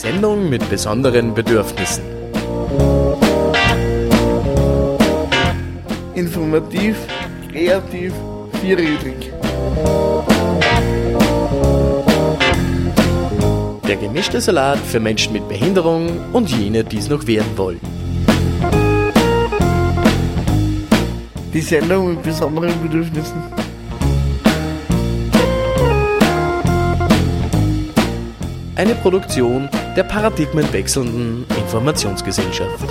Sendung mit besonderen Bedürfnissen. Informativ, kreativ, vierrädrig. Der gemischte Salat für Menschen mit Behinderung und jene, die es noch werden wollen. Die Sendung mit besonderen Bedürfnissen. Eine Produktion der paradigmenwechselnden Informationsgesellschaft.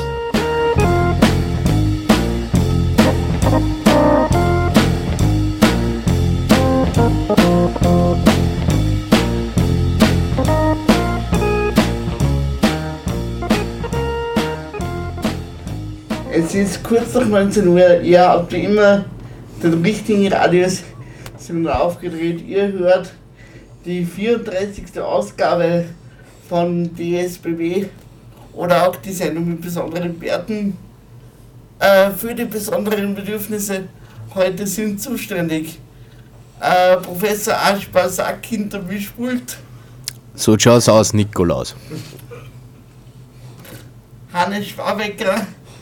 Es ist kurz nach 19 Uhr, ihr habt wie immer den richtigen Radiosender aufgedreht. Ihr hört die 34. Ausgabe von DSBB oder auch die Sendung mit besonderen Werten. Für die besonderen Bedürfnisse heute sind zuständig Professor Aschbasak hinter Mischpult. So schaut's aus, Nikolaus. Hannes Schwabecker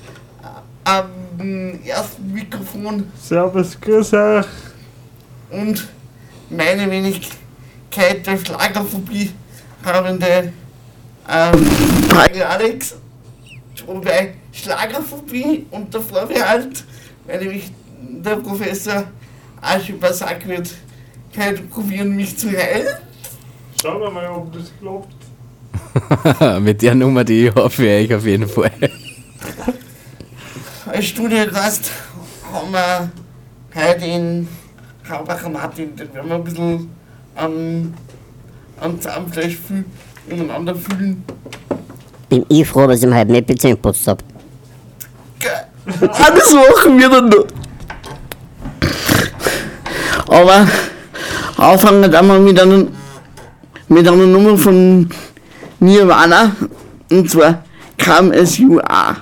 am ersten Mikrofon. Servus, grüß euch. Und meine Wenigkeit der Schlagerphobie habende Frage Alex. Wobei Schlagerphobie und der Vorbehalt, weil nämlich der Professor Aschbasak wird kein probieren, mich zu heilen. Schauen wir mal, ob das klappt. Mit der Nummer, die ich habe für euch auf jeden Fall. Als Studiogast haben wir heute den Raubacher Martin, den werden wir ein bisschen am Zahnfleisch ineinander fühlen. Bin ich froh, dass ich mir heute nicht die Zähne geputzt habe. Alles machen wir dann noch. Aber anfangen wir mit einer Nummer von Nirvana, und zwar Come As You Are.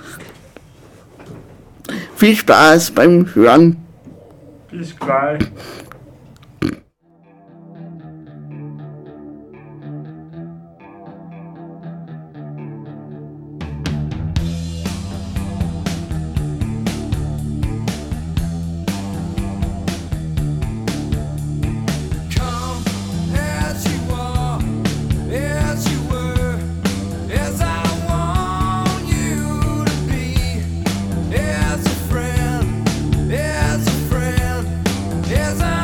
Viel Spaß beim Hören. Bis gleich. Yes, I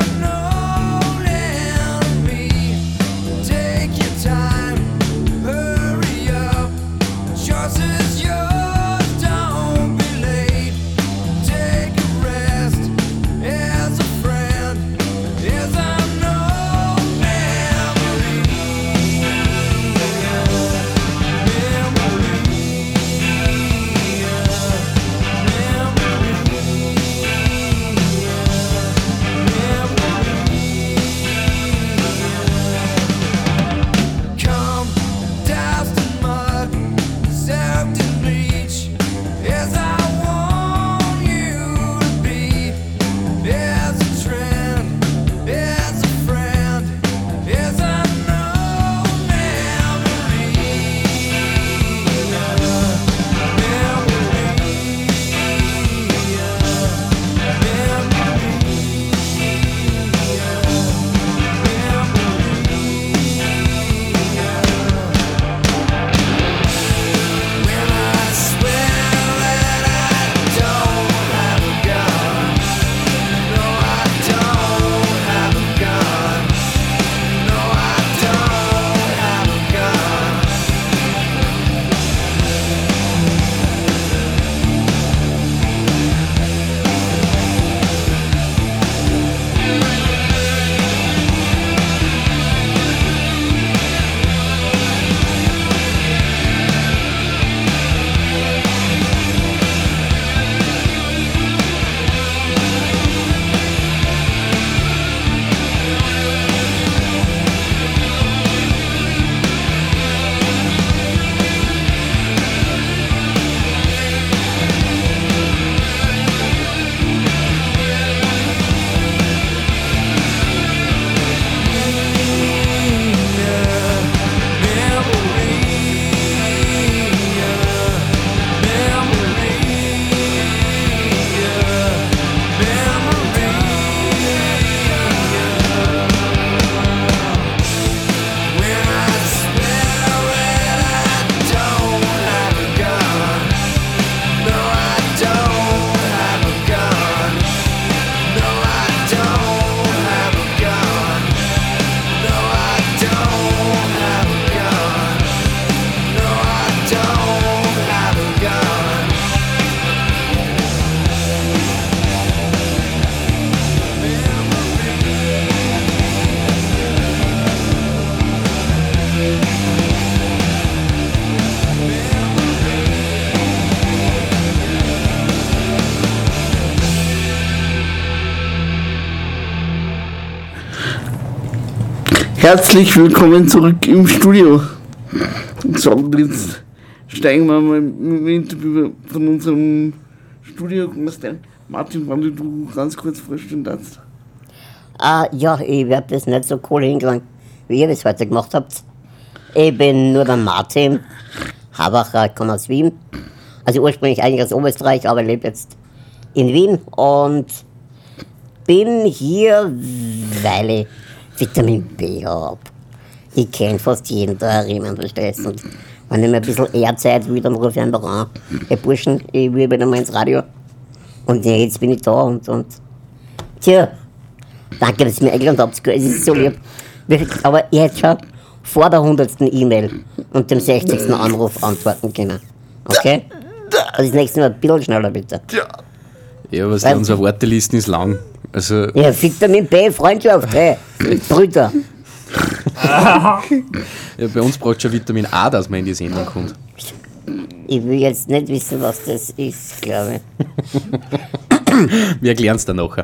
Herzlich willkommen zurück im Studio. So, jetzt steigen wir mal im Interview von unserem Studio. Martin, wann du ganz kurz vorstellen darfst. Ja, ich werde das nicht so cool hinkriegen, wie ihr das heute gemacht habt. Ich bin nur der Martin Habacher, ich komme aus Wien. Also ursprünglich eigentlich aus Oberösterreich, aber lebe jetzt in Wien und bin hier, weil ich Vitamin B habe. Ich kenne fast jeden da Riemen, verstehst du? Und wenn ich mir ein bisschen Ehrzeit will, dann rufe ich einfach an. Hey Burschen, ich will wieder mal ins Radio. Und ja, jetzt bin ich da und tja, danke, dass ihr mich eingeladen habt. Es ist so lieb. Aber ich hätte schon vor der 100. E-Mail und dem 60. Anruf antworten können. Okay? Also das nächste Mal ein bisschen schneller, bitte. Ja, was unsere Wartelisten ist lang. Also, Ja, Vitamin B, Freundschaft, hey, Brüder. ja, bei uns braucht schon Vitamin A, dass man in die Sendung kommt. Ich will jetzt nicht wissen, was das ist, glaube ich. Wir erklären es dann nachher.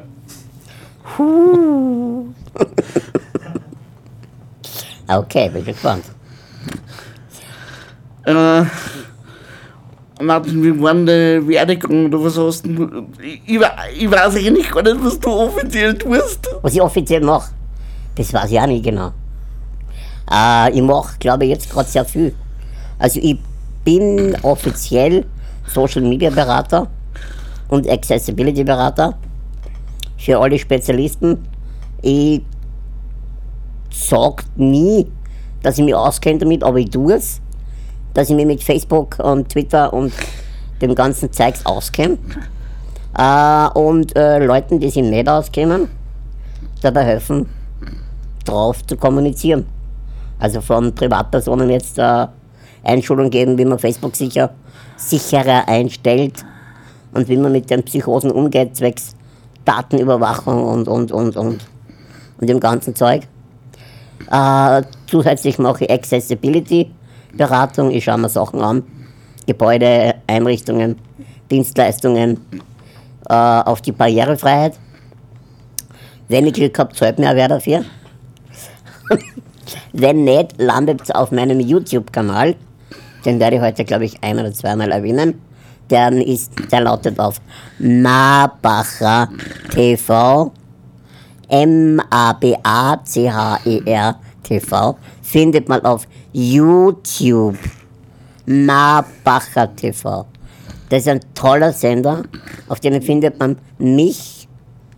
Okay, bin gespannt. Martin, wie war denn der Werdegang oder was hast du? Ich weiß eigentlich gar nicht, was du offiziell tust. Was ich offiziell mache, das weiß ich auch nicht genau. Ich mache, glaube ich, jetzt gerade sehr viel. Also ich bin offiziell Social Media Berater und Accessibility Berater für alle Spezialisten. Ich sage nie, dass ich mich auskenne damit, aber ich tue es. Dass ich mich mit Facebook und Twitter und dem ganzen Zeugs auskenne. Und Leuten, die sich nicht auskennen, dabei helfen, drauf zu kommunizieren. Also von Privatpersonen jetzt Einschulung geben, wie man Facebook sicherer einstellt und wie man mit den Psychosen umgeht, zwecks Datenüberwachung und dem ganzen Zeug. Zusätzlich mache ich Accessibility Beratung, ich schaue mir Sachen an, Gebäude, Einrichtungen, Dienstleistungen, auf die Barrierefreiheit. Wenn ich Glück habe, zahlt mir auch wer dafür. Wenn nicht, landet es auf meinem YouTube-Kanal. Den werde ich heute, glaube ich, ein- oder zweimal erwähnen. Der lautet auf Mabacher TV. Mabacher TV. Findet man auf YouTube. Mabacher TV. Das ist ein toller Sender, auf dem findet man mich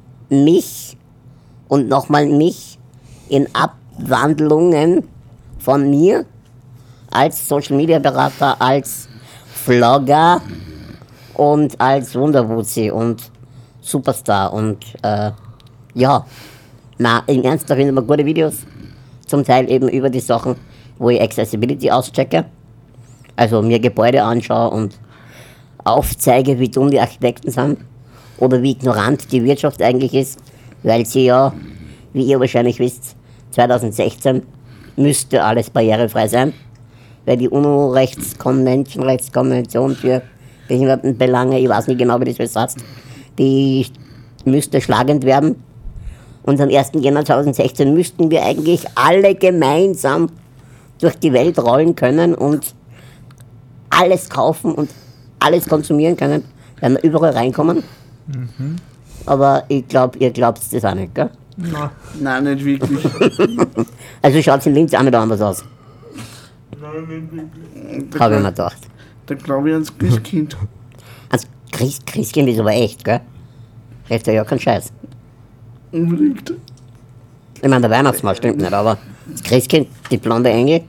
und nochmal mich in Abwandlungen von mir als Social Media Berater, als Vlogger und als Wunderwuzi und Superstar und ja, im Ernst, da findet man gute Videos, zum Teil eben über die Sachen, wo ich Accessibility auschecke, also mir Gebäude anschaue und aufzeige, wie dumm die Architekten sind oder wie ignorant die Wirtschaft eigentlich ist, weil sie ja, wie ihr wahrscheinlich wisst, 2016 müsste alles barrierefrei sein, weil die Menschenrechtskonvention für Behindertenbelange, ich weiß nicht genau, wie das heißt, die müsste schlagend werden. Und am 1. Jänner 2016 müssten wir eigentlich alle gemeinsam durch die Welt rollen können und alles kaufen und alles konsumieren können, wenn wir überall reinkommen. Mhm. Aber ich glaube, ihr glaubt das auch nicht, gell? Nein, nicht wirklich. Also schaut es in Linz auch nicht anders aus. Nein, nicht wirklich. Habe ich mir gedacht. Da glaube ich ans Christkind. Also Christkind ist aber echt, gell? Redet ja kein Scheiß. Unbedingt. Ich meine, der Weihnachtsmann stimmt nicht, aber das Christkind, die blonde Engel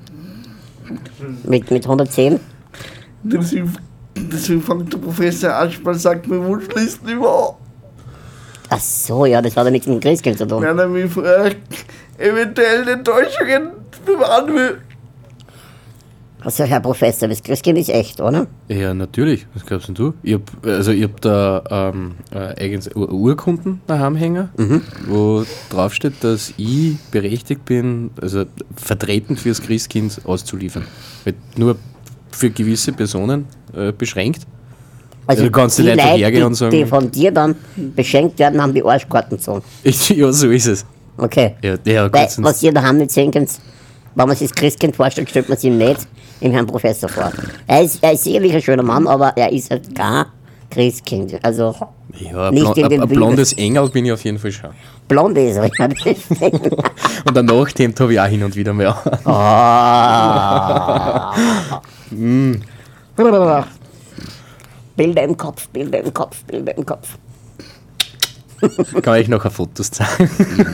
mit 110. Deswegen fängt der Professor Aschball, sagt mir Wunschlisten über. Ach so, ja, das hat ja nichts mit dem Christkind zu tun. Wenn er mich fragt, eventuell Enttäuschungen bewahren will. Also, Herr Professor, das Christkind ist echt, oder? Ja, natürlich. Was glaubst denn du? Ich hab da eigens Urkunden daheim hängen, wo drauf steht, dass ich berechtigt bin, also vertretend fürs Christkind auszuliefern. Weil nur für gewisse Personen beschränkt. Also du kannst die nicht einfach Leute, hergehen und sagen, die von dir dann beschenkt werden, haben die Arschkarten gezogen. ja, so ist es. Okay. Ja, gut, Weil, sonst- was ihr daheim nicht sehen könnt, wenn man sich das Christkind vorstellt, stellt man sich nicht im Herrn Professor vor. Er ist sicherlich ein schöner Mann, aber er ist halt kein Christkind. Also, Ja, nicht in den ein Bild. blondes Engel bin ich auf jeden Fall schon. blond ist er. Ja, deswegen. Und ein Nachthemd habe ich auch hin und wieder mal an. Bilder im Kopf, Bilder im Kopf, Bilder im Kopf. Kann ich nachher Fotos zeigen.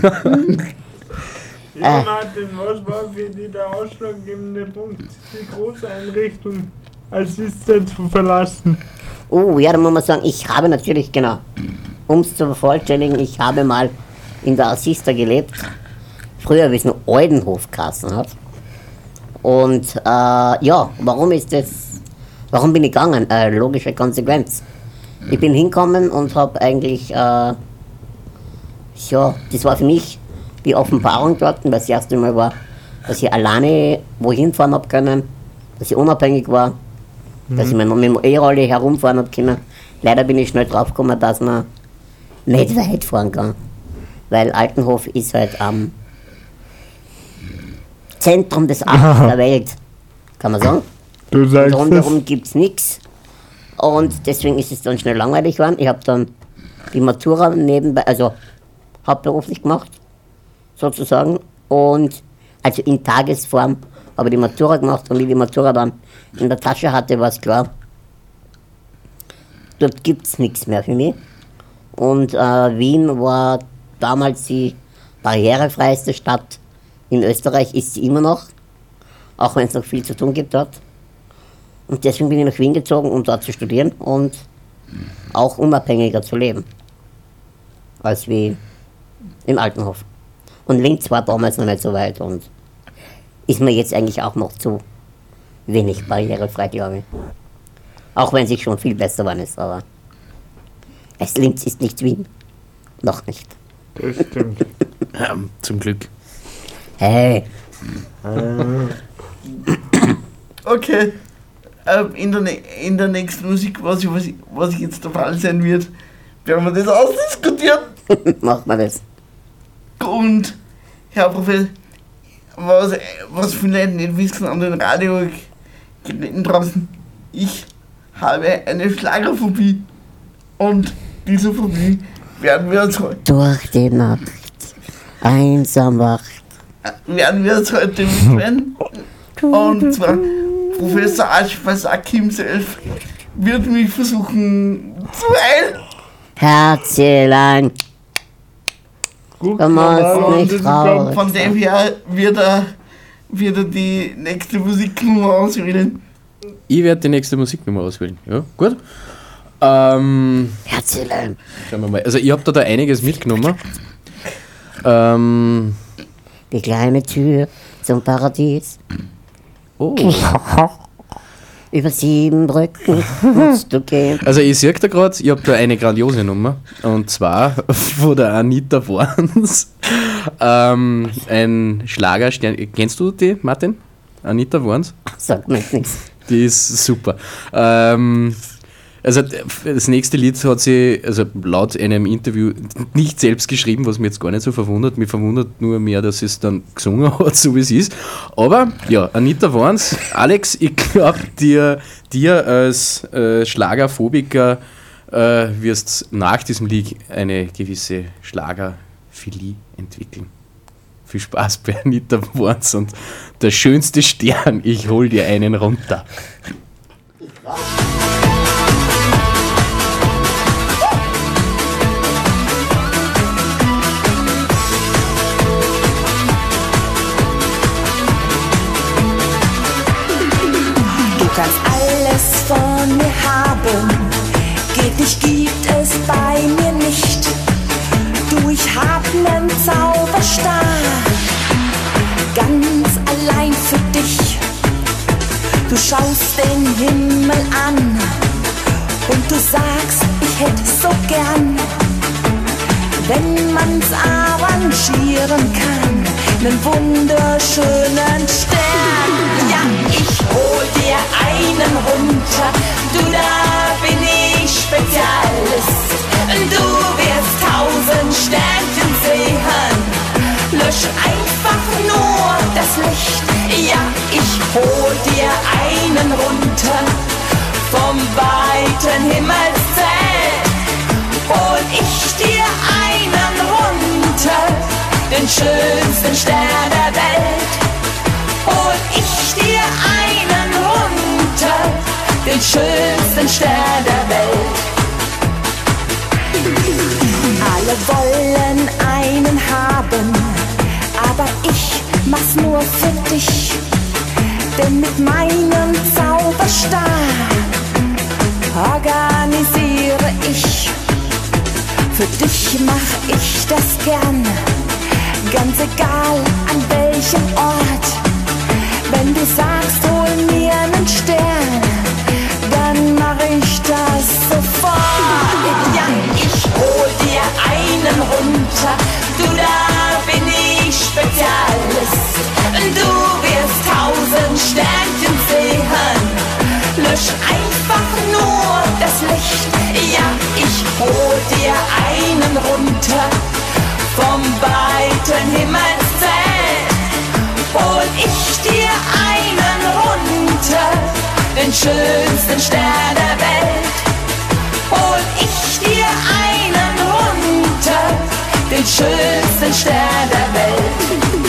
Ja, Martin, was war für dich der ausschlaggebende Punkt, die Großeinrichtung Assistent zu verlassen? Oh, ja, da muss man sagen, ich habe natürlich, genau, um es zu vervollständigen, ich habe mal in der Assista gelebt. Früher, wie es nur Oldenhof geheißen hat. Und ja, warum bin ich gegangen? Logische Konsequenz. Ich bin hingekommen und habe eigentlich, ja, das war für mich die Offenbarung dort, weil das erste Mal war, dass ich alleine wohin fahren habe können, dass ich unabhängig war, dass ich mit dem E-Rolle herumfahren habe können. Leider bin ich schnell draufgekommen, dass man nicht weit fahren kann, weil Altenhof ist halt am Zentrum des Arms der Welt, kann man sagen. Du sagst es. Rundherum gibt es nichts. Und deswegen ist es dann schnell langweilig geworden. Ich habe dann die Matura nebenbei, also hauptberuflich gemacht, sozusagen. Und also in Tagesform habe ich die Matura gemacht. Und wie ich die Matura dann in der Tasche hatte, war es klar, dort gibt es nichts mehr für mich. Und Wien war damals die barrierefreiste Stadt in Österreich, ist sie immer noch, auch wenn es noch viel zu tun gibt dort. Und deswegen bin ich nach Wien gezogen, um dort zu studieren und auch unabhängiger zu leben, als wie im Altenhof. Und Linz war damals noch nicht so weit und ist mir jetzt eigentlich auch noch zu wenig barrierefrei, glaube ich. Auch wenn sich schon viel besser geworden ist, aber Linz ist nicht Wien. Noch nicht. Das stimmt. Zum Glück. Hey, Okay. In der nächsten Musik, was jetzt der Fall sein wird, werden wir das ausdiskutieren. macht man das. Und, Herr Professor, was viele Leute nicht wissen an den Radiogeräten draußen, ich habe eine Schlagerphobie. Und diese Phobie werden wir uns heute Durch die Nacht, einsam wacht. heute widmen. Und zwar Professor Aschbasak himself wird mich versuchen zu heilen. Herzchen, Gut, da musst aber nicht traurig Von dem her wird er die nächste Musiknummer auswählen. Ich werde die nächste Musiknummer auswählen. Ja, gut. Herzchen. Schauen wir mal. Also ich habe da einiges mitgenommen. Die kleine Tür zum Paradies. Oh. Über 7 Brücken musst du gehen. Also ich sehe da gerade, ich habe da eine grandiose Nummer. Und zwar von der Anita Worns. Ein Schlagerstern. Kennst du die, Martin? Anita Worns? Sagt mir nichts. Die ist super. Also das nächste Lied hat sie, also laut einem Interview, nicht selbst geschrieben, was mich jetzt gar nicht so verwundert. Mich verwundert nur mehr, dass sie es dann gesungen hat, so wie es ist. Aber ja, Anita Worns, Alex, ich glaube, dir als Schlagerphobiker wirst nach diesem Lied eine gewisse Schlagerphilie entwickeln. Viel Spaß bei Anita Worns und der schönste Stern, ich hol dir einen runter. Du kannst alles von mir haben, geht nicht, gibt es bei mir nicht. Du, ich hab nen Zauberstab, ganz allein für dich. Du schaust den Himmel an und du sagst, ich hätte so gern, wenn man's arrangieren kann, nen wunderschönen Stern. Ja, ich hol dir einen runter, du, da bin ich Spezialist. Du wirst 1000 Sternchen sehen hol dir einen runter vom weiten Himmelszelt. Hol ich dir einen runter, den schönsten Stern der Welt. Hol ich dir einen runter, den schönsten Stern der Welt. Alle wollen einen haben, aber ich mach's nur für dich. Denn mit meinem Zauberstab organisiere ich. Für dich mach ich das gern, ganz egal an welchem Ort. Wenn du sagst, hol mir einen Stern, dann mach ich das sofort. Ja, ich hol dir einen runter, du, da bin ich Spezialist. Du wirst 1000 Sternchen sehen, lösch einfach nur das Licht. Ja, ich hol dir einen runter vom weiten Himmelszelt. Hol ich dir einen runter, den schönsten Stern der Welt. Hol ich dir einen runter, den schönsten Stern der Welt.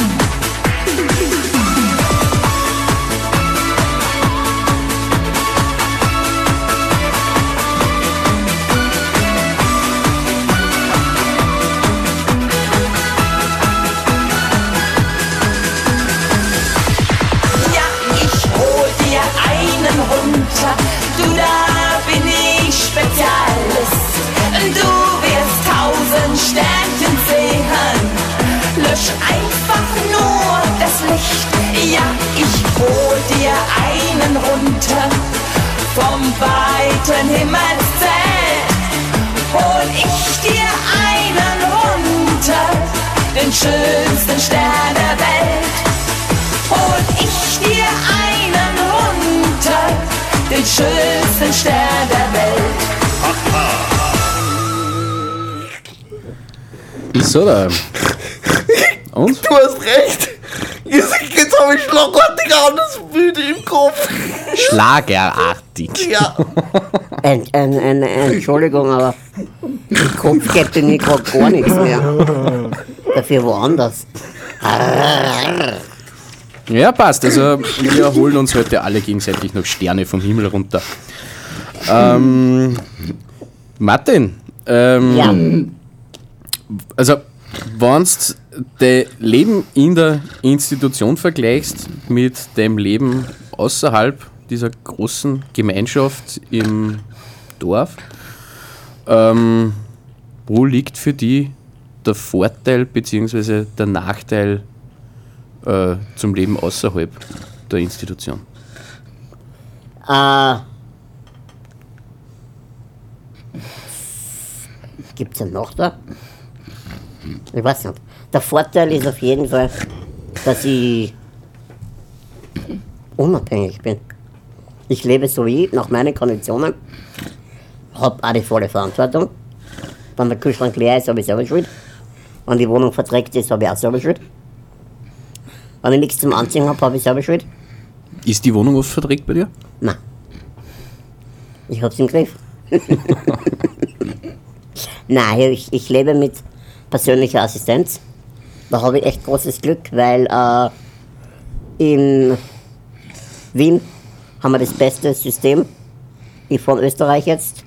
Du, da bin ich Spezialist. Du wirst 1000 Sternchen sehen, lösch einfach nur das Licht. Ja, ich hol dir einen runter vom weiten Himmelszelt. Hol ich dir einen runter, den schönsten Stern der Welt. Hol ich dir einen runter, den schönsten Stern der Welt. So, da. Und? Du hast recht. Jetzt habe ich schlagartig anders Bild im Kopf. Schlagerartig. Ja. Entschuldigung, aber im Kopf gibt mir gerade gar nichts mehr. Dafür woanders. Ja, passt. Also wir holen uns heute alle gegenseitig noch Sterne vom Himmel runter. Martin, Ja. also wenn du dein Leben in der Institution vergleichst mit dem Leben außerhalb dieser großen Gemeinschaft im Dorf, wo liegt für dich der Vorteil bzw. der Nachteil zum Leben außerhalb der Institution? Gibt's einen Nachteil? Ich weiß nicht. Der Vorteil ist auf jeden Fall, dass ich unabhängig bin. Ich lebe so wie nach meinen Konditionen, habe auch die volle Verantwortung. Wenn der Kühlschrank leer ist, habe ich selber Schuld. Wenn die Wohnung verdreckt ist, habe ich auch selber Schuld. Wenn ich nichts zum Anziehen habe, habe ich selber Schuld. Ist die Wohnung oft verdreckt bei dir? Nein. Ich hab's im Griff. Nein, ich lebe mit persönlicher Assistenz. Da habe ich echt großes Glück, weil in Wien haben wir das beste System von Österreich jetzt.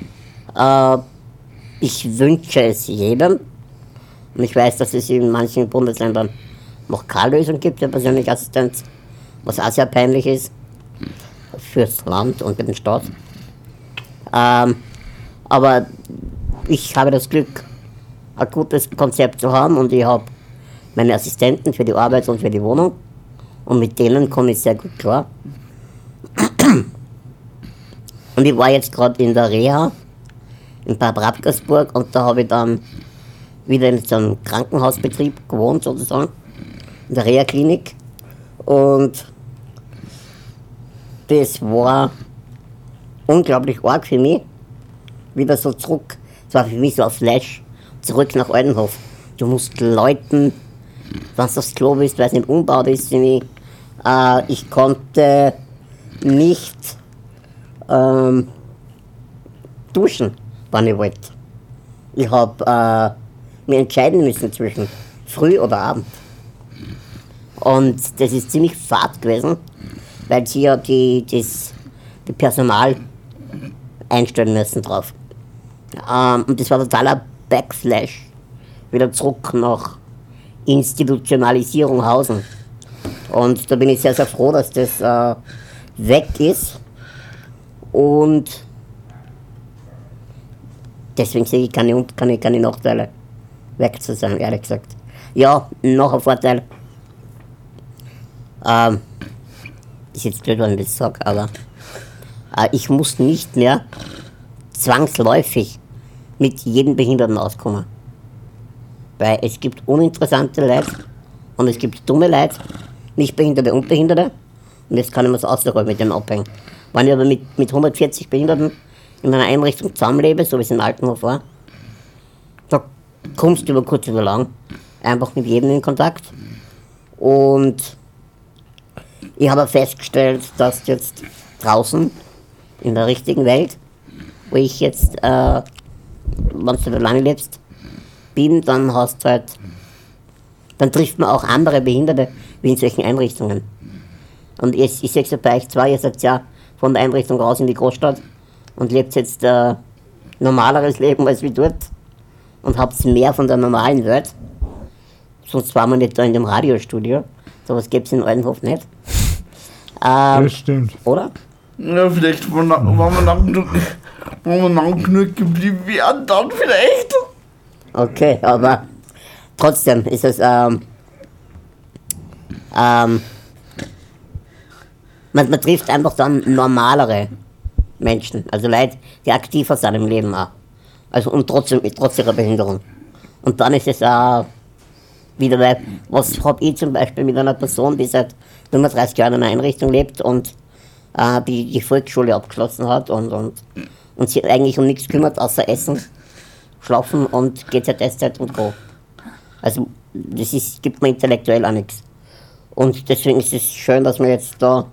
Ich wünsche es jedem. Und ich weiß, dass es in manchen Bundesländern noch keine Lösung gibt für persönliche Assistenz, was auch sehr peinlich ist fürs Land und für den Staat. Aber ich habe das Glück, ein gutes Konzept zu haben und ich habe meine Assistenten für die Arbeit und für die Wohnung und mit denen komme ich sehr gut klar. Und ich war jetzt gerade in der Reha in Bad Radkersburg und da habe ich dann wieder in so einem Krankenhausbetrieb gewohnt sozusagen, in der Reha-Klinik, und das war unglaublich arg für mich, wieder so zurück, es war für mich so ein Flash, zurück nach Altenhof. Du musst Leuten, wenn du aufs Klo bist, weil es nicht umgebaut ist, Ich konnte nicht duschen, wann ich wollte. Ich habe mir entscheiden müssen zwischen früh oder Abend. Und das ist ziemlich fad gewesen, weil sie ja die Personal einstellen müssen drauf. Und das war totaler Backflash. Wieder zurück nach Institutionalisierung Hausen. Und da bin ich sehr, sehr froh, dass das weg ist. Und deswegen sehe ich keine Nachteile, weg zu sein, ehrlich gesagt. Ja, noch ein Vorteil. Ist jetzt blöd, wenn ich das sage, aber ich muss nicht mehr zwangsläufig mit jedem Behinderten auskommen. Weil es gibt uninteressante Leute und es gibt dumme Leute, nicht Behinderte und Behinderte. Und jetzt kann ich mir das außerhalb mit denen abhängen. Wenn ich aber mit 140 Behinderten in einer Einrichtung zusammenlebe, so wie es in Altenhof war, da kommst du über kurz oder lang einfach mit jedem in Kontakt. Und ich habe festgestellt, dass jetzt draußen in der richtigen Welt, wo ich jetzt, wenn du da lange lebst, bin, dann hast halt, dann trifft man auch andere Behinderte wie in solchen Einrichtungen. Und ich sehe es ja bei euch zwei, ihr seid ja von der Einrichtung raus in die Großstadt und lebt jetzt normaleres Leben als wie dort und habt mehr von der normalen Welt. Sonst waren wir nicht da in dem Radiostudio. Sowas gäbe es in Altenhof nicht. Das stimmt. Oder? Ja, vielleicht, wenn wir lang genug geblieben wären, dann vielleicht. Okay, aber trotzdem ist es, man trifft einfach dann normalere Menschen, also Leute, die aktiver sind im Leben auch. Also und trotz ihrer Behinderung. Und dann ist es wieder, weil, was habe ich zum Beispiel mit einer Person, die seit 35 Jahren in einer Einrichtung lebt und die Volksschule abgeschlossen hat und sich eigentlich um nichts kümmert, außer Essen, Schlafen und GZSZ und Co. Also das gibt mir intellektuell auch nichts. Und deswegen ist es schön, dass man jetzt da,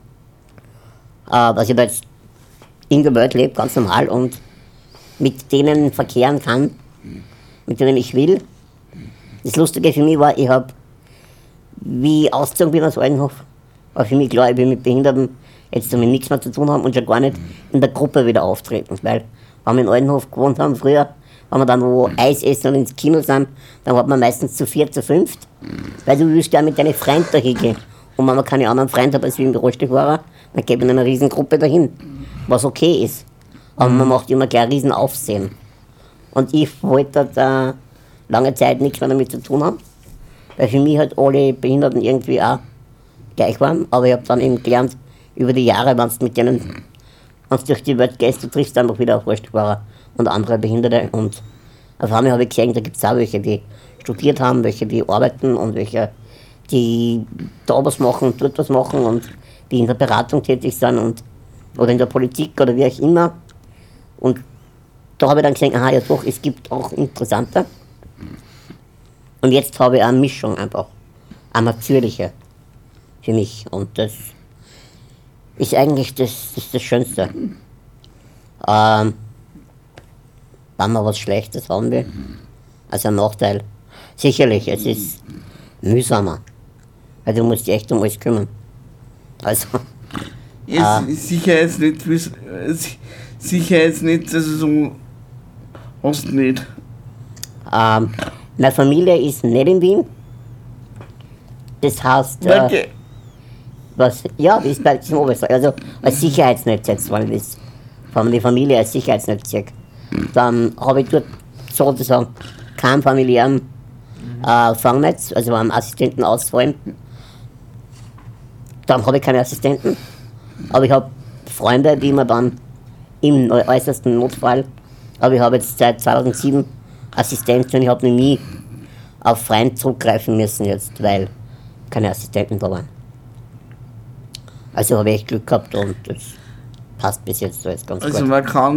dass ich da jetzt in der Welt lebe, ganz normal und mit denen verkehren kann, mit denen ich will. Das Lustige für mich war, ich habe, wie ich ausgezogen bin aus Altenhof, war für mich klar, ich will mit Behinderten jetzt damit nichts mehr zu tun haben und schon gar nicht in der Gruppe wieder auftreten. Weil, wenn wir in Altenhof gewohnt haben früher, wenn wir dann wo Eis essen und ins Kino sind, dann hat man meistens zu 4, zu 5, weil du willst ja mit deinen Freunden dahin gehen. Und wenn man keine anderen Freunde hat als wie im Rollstuhlfahrer, dann geht man in einer riesen Gruppe dahin, was okay ist. Aber man macht immer gleich ein riesen Aufsehen. Und ich wollte da lange Zeit nichts mehr damit zu tun haben, weil für mich halt alle Behinderten irgendwie auch gleich waren. Aber ich habe dann eben gelernt, über die Jahre, wenn du mit denen, wenn du durch die Welt gehst, du triffst einfach wieder auf Rollstuhlfahrer und andere Behinderte. Und auf einmal habe ich gesehen, da gibt es auch welche, die studiert haben, welche, die arbeiten und welche, die da was machen und dort was machen und die in der Beratung tätig sind oder in der Politik oder wie auch immer. Und da habe ich dann gesehen, aha, ja doch, es gibt auch interessante. Und jetzt habe ich eine Mischung einfach, eine natürliche für mich. Und das ist eigentlich das Schönste. Wenn man was Schlechtes haben will, also ein Nachteil. Sicherlich, es ist mühsamer, weil du musst dich echt um alles kümmern. Also, Sicher jetzt nicht, also so hast du nicht. meine Familie ist nicht in Wien. Das heißt, was, ja, wie ist bei diesem Oberösterreich, also als Sicherheitsnetz jetzt, weil das von die Familie als Sicherheitsnetz zieht. Dann habe ich dort sozusagen keinen familiären Fangnetz, also wenn Assistenten ausfallen, dann habe ich keine Assistenten. Aber ich habe Freunde, die mir dann im äußersten Notfall, aber ich habe jetzt seit 2007 Assistenz und ich habe noch nie auf Freund zurückgreifen müssen jetzt, weil keine Assistenten da waren. Also habe ich echt Glück gehabt und das passt bis jetzt alles ganz Also gut. man kann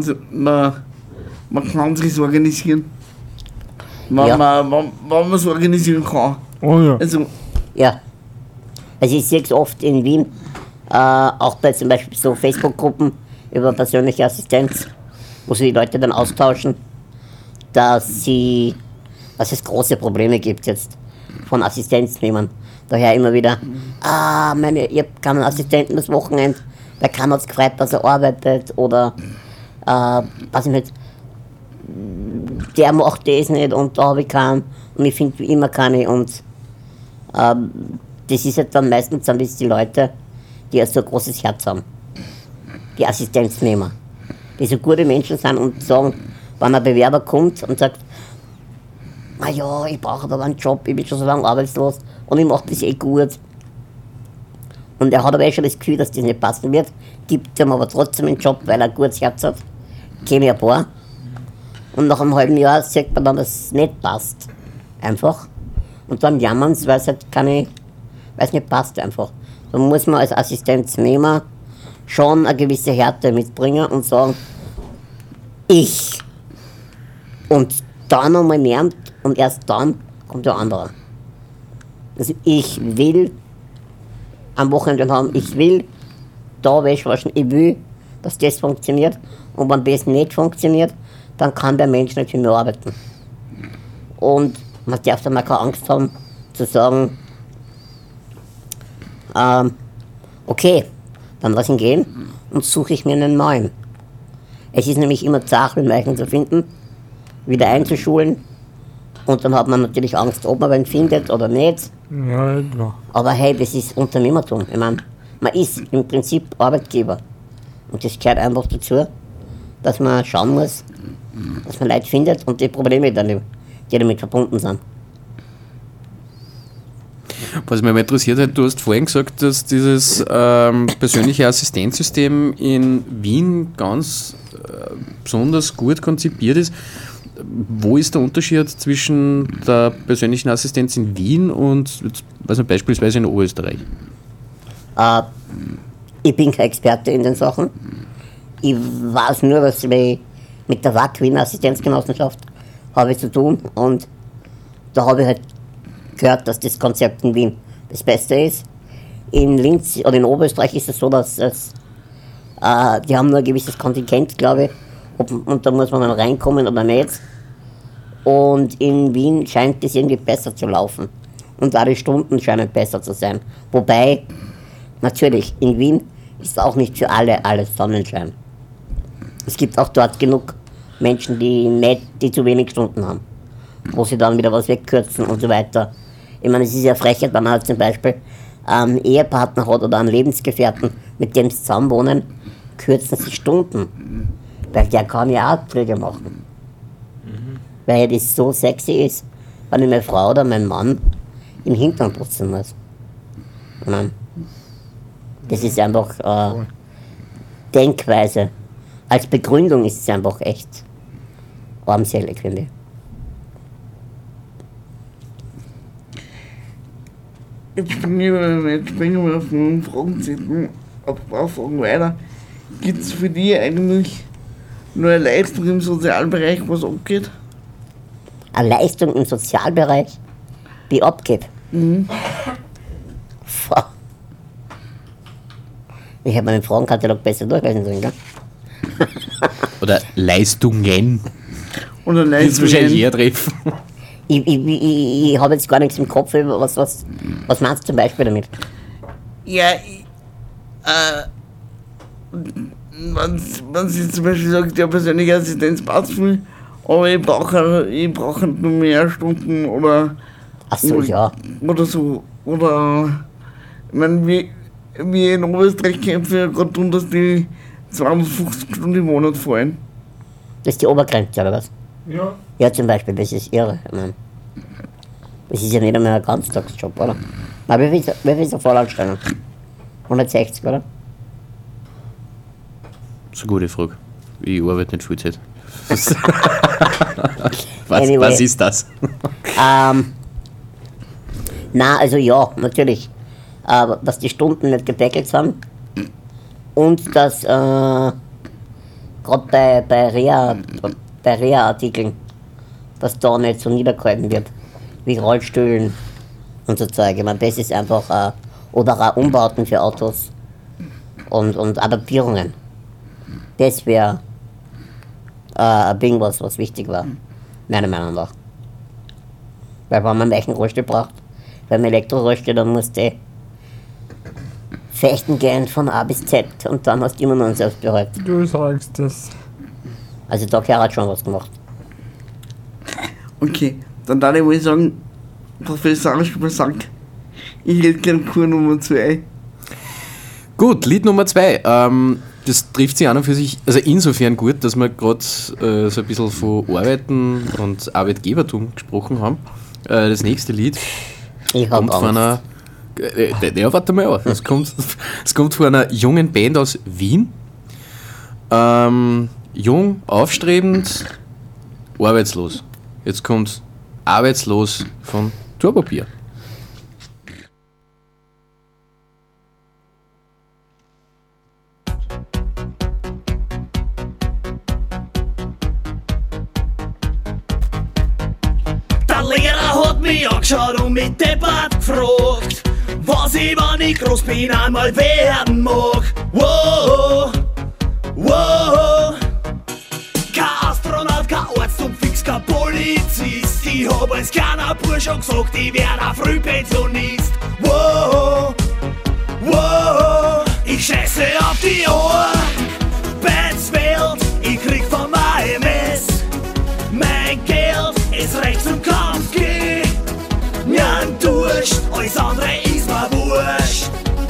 sich organisieren. Wenn Ja. man es organisieren kann. Oh ja. Also Ja. Also ich sehe es oft in Wien, auch bei zum Beispiel so Facebook-Gruppen über persönliche Assistenz, wo sich die Leute dann austauschen, dass es große Probleme gibt jetzt von Assistenznehmern. Daher immer wieder, ich habe keinen Assistenten das Wochenende, der kann uns gefreut, dass er arbeitet oder weiß ich nicht, der macht das nicht und da habe ich keinen und ich finde wie immer keine und das ist halt dann meistens die Leute, die ja so ein großes Herz haben, die Assistenznehmer, die so gute Menschen sind und sagen, wenn ein Bewerber kommt und sagt, ja, ich brauche aber einen Job, ich bin schon so lange arbeitslos und ich mache das gut. Und er hat aber schon das Gefühl, dass das nicht passen wird, gibt ihm aber trotzdem einen Job, weil er ein gutes Herz hat. Kenne ich ein paar. Und nach einem halben Jahr sieht man dann, dass es nicht passt. Einfach. Und dann jammern sie, weil es halt nicht passt einfach. Dann muss man als Assistenznehmer schon eine gewisse Härte mitbringen und sagen, ich. Und dann einmal mehr und erst dann kommt der andere. Also ich will am Wochenende haben, ich will da Wäsche waschen, ich will, dass das funktioniert. Und wenn das nicht funktioniert, dann kann der Mensch nicht für mich arbeiten. Und man darf dann mal keine Angst haben, zu sagen, okay, dann lass ihn gehen und suche ich mir einen neuen. Es ist nämlich immer zart, Leichen zu finden, wieder einzuschulen und dann hat man natürlich Angst, ob man wen findet oder nicht. Ja, klar. Aber hey, das ist Unternehmertum. Ich meine, man ist im Prinzip Arbeitgeber. Und das gehört einfach dazu, dass man schauen muss, dass man Leute findet und die Probleme, die damit verbunden sind. Was mich mal interessiert hat, du hast vorhin gesagt, dass dieses persönliche Assistenzsystem in Wien ganz besonders gut konzipiert ist. Wo ist der Unterschied zwischen der persönlichen Assistenz in Wien und beispielsweise in Oberösterreich? Ich bin kein Experte in den Sachen. Ich weiß nur, dass ich mit der WAC, Wiener Assistenzgenossenschaft, habe ich zu tun und da habe ich halt gehört, dass das Konzept in Wien das Beste ist. In Linz oder in Oberösterreich ist es so, dass die haben nur ein gewisses Kontingent, glaube ich, und da muss man dann reinkommen oder nicht. Und in Wien scheint das irgendwie besser zu laufen. Und auch die Stunden scheinen besser zu sein. Wobei, natürlich, in Wien ist auch nicht für alle alles Sonnenschein. Es gibt auch dort genug Menschen, die zu wenig Stunden haben, wo sie dann wieder was wegkürzen und so weiter. Ich meine, es ist ja Frechheit, wenn man halt zum Beispiel einen Ehepartner hat oder einen Lebensgefährten, mit dem sie zusammenwohnen, kürzen sie Stunden. Weil der kann ja auch Pflege machen. Weil das so sexy ist, wenn ich meine Frau oder mein Mann im Hintern putzen muss. Ich meine, das ist einfach Denkweise. Als Begründung ist es einfach echt armselig, finde ich. Jetzt springen wir auf den Fragenzettel, auf ein paar Fragen weiter. Gibt es für dich eigentlich nur eine Leistung im Sozialbereich, was abgeht? Eine Leistung im Sozialbereich, die abgeht? Mhm. Ich hätte meinen Fragenkatalog besser durchlesen sollen, gell? Oder Leistungen. Oder Die es wahrscheinlich eher treffen. Ich habe jetzt gar nichts im Kopf. Was meinst du zum Beispiel damit? Ja, wenn sie zum Beispiel sagt, der persönliche Assistenz passt viel, aber ich brauche nur mehr Stunden oder. Ach so, ja. Oder so. Oder. Ich meine, wie in Oberösterreich kämpfen ja gerade tun, dass die 250 Stunden im Monat fallen. Das ist die Obergrenze, oder was? Ja. Ja, zum Beispiel, das ist irre. Ich meine, das ist ja nicht einmal ein Ganztagsjob, oder? Na, wie viel ist eine Vollanstellung? 160, oder? Das ist eine gute Frage. Ich arbeite nicht Vollzeit. Anyway. Was ist das? Na, also ja, natürlich. Dass die Stunden nicht gedeckelt sind und dass gerade bei Reha-Artikeln, dass da nicht so niedergehalten wird, wie Rollstühlen und so Zeug. Ich meine, das ist einfach Oder auch Umbauten für Autos und Adaptierungen. Das wäre ein Ding, was wichtig war, meiner Meinung nach. Weil wenn man einen Rollstuhl braucht, beim Elektrorollstuhl, dann musst du fechten gehen von A bis Z und dann hast du immer noch einen Selbstbehalt. Du sagst das. Also da hat schon was gemacht. Okay, dann darf ich wohl sagen, Professor Arschgruber sagt, ich hätte gern Kur Nummer 2. Gut, Lied Nummer 2. Das trifft sich an und für sich, also insofern gut, dass wir gerade so ein bisschen von Arbeiten und Arbeitgebertum gesprochen haben. Das nächste Lied kommt von einer. Ja, warte mal auf. Es kommt von einer jungen Band aus Wien. Jung, aufstrebend, arbeitslos. Jetzt kommt Arbeitslos von Turbobier. Der Lehrer hat mich angeschaut und mit Debatt gefragt, was ich, wenn ich groß bin, einmal werden mag. Wow, wow. Kein Astronaut, kein Arzt und fix kein Polizist. Ich hab als kleiner Bursch schon gesagt, ich werd ein Frühpensionist. Wow, wow. Ich scheiße auf die Arbeitswelt, ich krieg vom AMS mein Geld, ist recht zum Kampf gehen. Mir Durst, alles andere ist mir wurscht.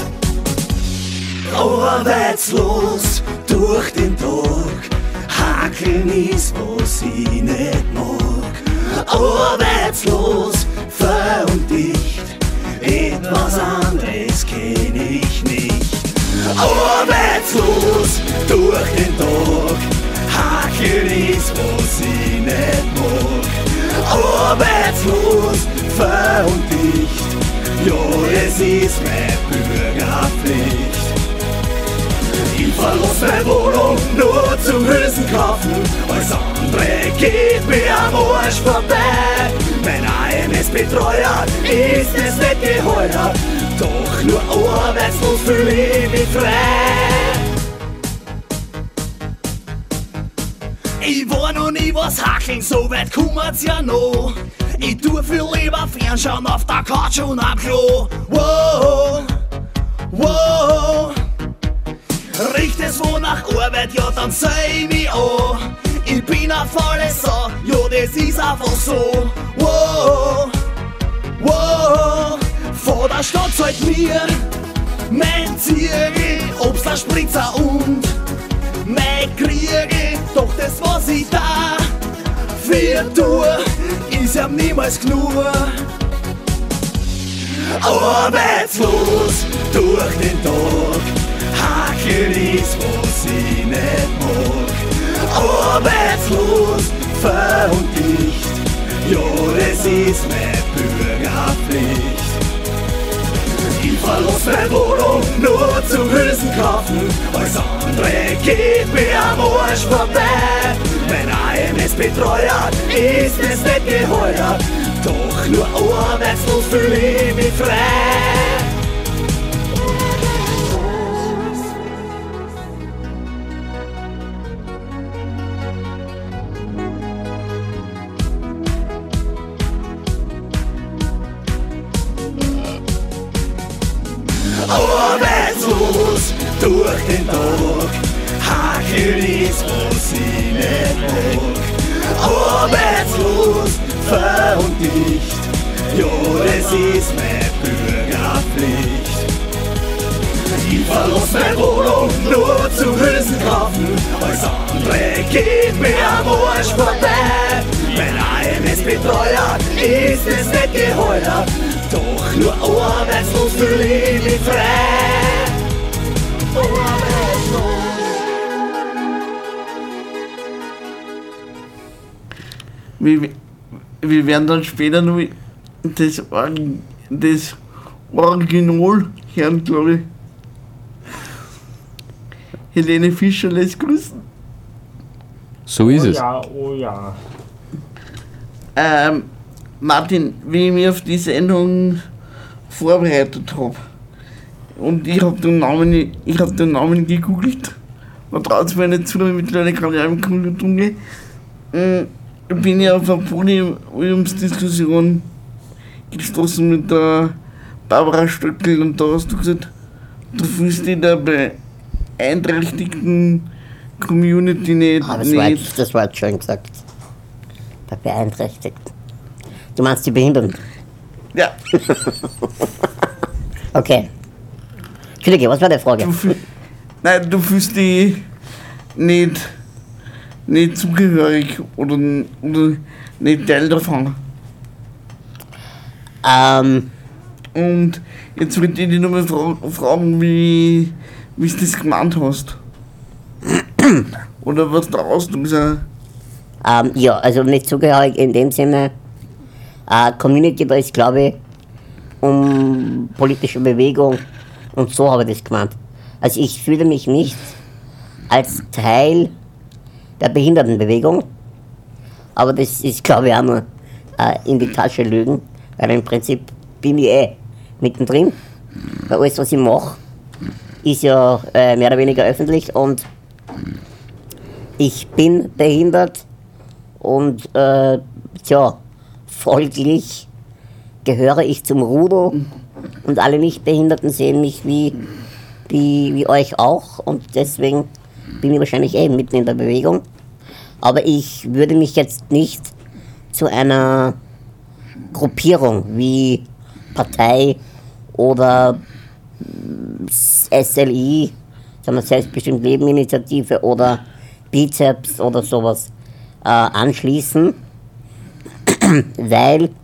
Arbeitslos durch den Tag, hakeln ist, was ich nicht mag. Arbeitslos, verundicht, etwas anderes kenn ich nicht. Arbeitslos durch den Tag, hakeln ist, was ich nicht mag. Arbeitslos, verundicht, ja, es ist meine Bürgerpflicht. Ich verlass meine Wohnung nur zum Hülsen kaufen, alles andere geht mir am Arsch vorbei. Mein AMS-Betreuer ist es nicht geheuer, doch nur arbeitslos fühl ich mich frei. Ich war noch nie was hackeln, so weit kummert's ja noch. Ich tu viel lieber Fernschauen auf der Couch und am Klo. Wow, wow. Riecht es wo nach Arbeit, ja dann sei mich an. Ich bin eine faule Sau, ja das ist einfach so. Wow, wow. Vor der Stadt zahlt mir mein Zirkel, Obst, ein Spritzer und mein Kriege. Doch das was ich da für tue, ist ja niemals genug. Arbeitslos durch den Tag, hakeln ist, was ich nicht mag. Arbeitslos, verundicht, ja, das ist meine Bürgerpflicht. Ich verlass meine Wohnung nur zum Hülsen kaufen, alles andere geht mir am Arsch vorbei. Mein AMS-Betreuer ist es nicht geheuer, doch nur arbeitslos fühl ich mich frei. Arbeitslos durch den Tag, hakeln ist, was ich nicht mag. Arbeitslos, verundicht, ja, das ist meine Bürgerpflicht. Ich verlass meine Wohnung nur zum Hülsen kaufen, alles andere geht mir am Arsch vorbei. Mein AMS-Betreuer ist es nicht geheuer, doch nur arbeitslos fühl ich mich frei. Arbeitslos. Wir werden dann später noch das Original hören, glaube ich. Helene Fischer lässt grüßen. So ist es. Ja, oh ja. Martin, wie ich mich auf die Sendung vorbereitet habe, Und ich habe den Namen gegoogelt. Man traut es mir nicht zu, mittlerweile kann ich auch im Computer umgehen. Ich bin ja auf eine Podiumsdiskussion gestoßen mit der Barbara Stöckel und da hast du gesagt, du fühlst dich der beeinträchtigten Community nicht. Das war jetzt schön gesagt. Der Beeinträchtigten. Du meinst die Behinderten? Ja. Okay. Entschuldige, was war die Frage? Du fühlst dich nicht zugehörig oder nicht Teil davon. Und jetzt würde ich dich nochmal fragen, wie du das gemeint hast. Oder was der Ausdruck ist. Ja, also nicht zugehörig in dem Sinne. Community, da ist, glaube ich, um politische Bewegung und so habe ich das gemeint. Also ich fühle mich nicht als Teil der Behindertenbewegung, aber das ist, glaube ich, auch nur in die Tasche lügen, weil im Prinzip bin ich mittendrin, weil alles, was ich mache, ist ja mehr oder weniger öffentlich und ich bin behindert und folglich gehöre ich zum Rudel und alle Nichtbehinderten sehen mich wie euch auch und deswegen bin ich wahrscheinlich mitten in der Bewegung. Aber ich würde mich jetzt nicht zu einer Gruppierung wie Partei oder SLI, sagen wir Selbstbestimmt Leben Initiative oder Bizeps oder sowas anschließen, weil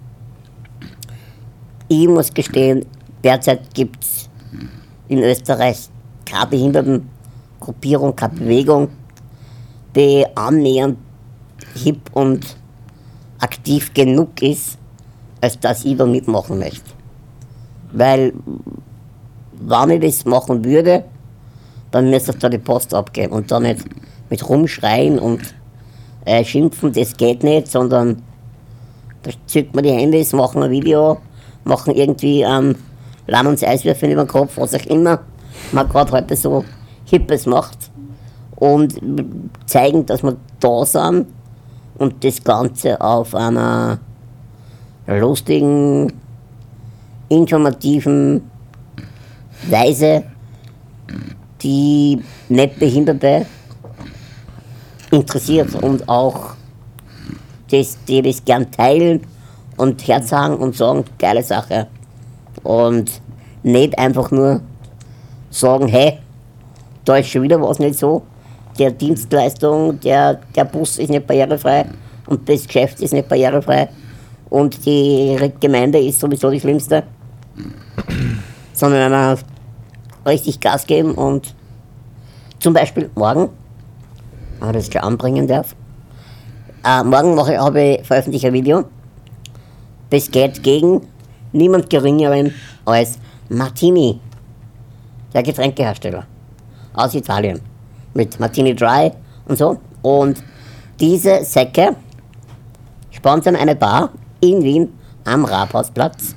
ich muss gestehen, derzeit gibt es in Österreich keine Behindertengruppierung, keine Bewegung, die annähernd hip und aktiv genug ist, als dass ich da mitmachen möchte. Weil, wenn ich das machen würde, dann müsste ich da die Post abgeben und da nicht mit rumschreien und schimpfen, das geht nicht, sondern da zückt man die Handys, machen ein Video, machen irgendwie laden uns Eiswürfel über den Kopf, was auch immer man gerade heute so Hippes macht und zeigen, dass wir da sind und das Ganze auf einer lustigen, informativen Weise, die Nichtbehinderte interessiert und auch die das gern teilen und herzagen und sagen, geile Sache. Und nicht einfach nur sagen, hey, da ist schon wieder was nicht so, der Dienstleistung, der Bus ist nicht barrierefrei und das Geschäft ist nicht barrierefrei und die Gemeinde ist sowieso die schlimmste, sondern einer richtig Gas geben und zum Beispiel morgen, wenn man das schon anbringen darf, morgen veröffentliche ein Video, das geht gegen niemand Geringeren als Martini, der Getränkehersteller aus Italien, mit Martini Dry und so. Und diese Säcke sponsern eine Bar in Wien am Rathausplatz.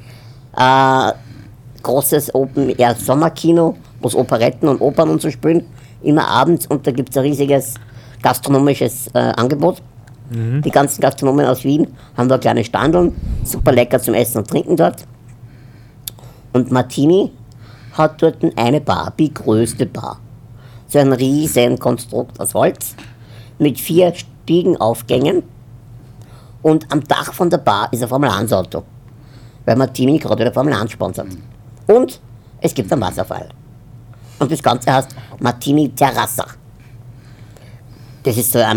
Großes Open-Air-Sommerkino, wo es Operetten und Opern und so spielen, immer abends, und da gibt es ein riesiges gastronomisches Angebot. Die ganzen Gastronomen aus Wien haben da kleine Standeln, super lecker zum Essen und Trinken dort. Und Martini hat dort eine Bar, die größte Bar. So ein riesen Konstrukt aus Holz mit 4 Stiegenaufgängen und am Dach von der Bar ist ein Formel-1-Auto, weil Martini gerade wieder Formel 1 sponsert. Und es gibt einen Wasserfall. Und das Ganze heißt Martini Terrassa. Das ist so ein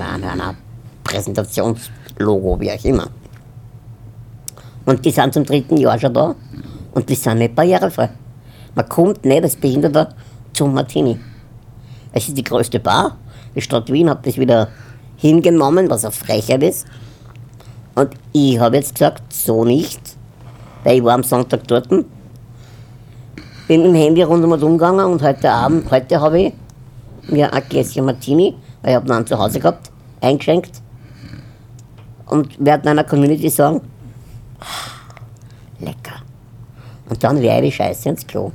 Präsentationslogo, wie auch immer. Und die sind zum 3. Jahr schon da und die sind nicht barrierefrei. Man kommt nicht als Behinderter zum Martini. Es ist die größte Bar. Die Stadt Wien hat das wieder hingenommen, was eine Frechheit ist. Und ich habe jetzt gesagt, so nicht, weil ich war am Sonntag dort, bin mit dem Handy rundum umgegangen und heute habe ich mir ein Gläschen Martini, weil ich habe noch einen zu Hause gehabt, eingeschenkt. Und werde einer Community sagen, lecker. Und dann werde ich Scheiße ins Klo.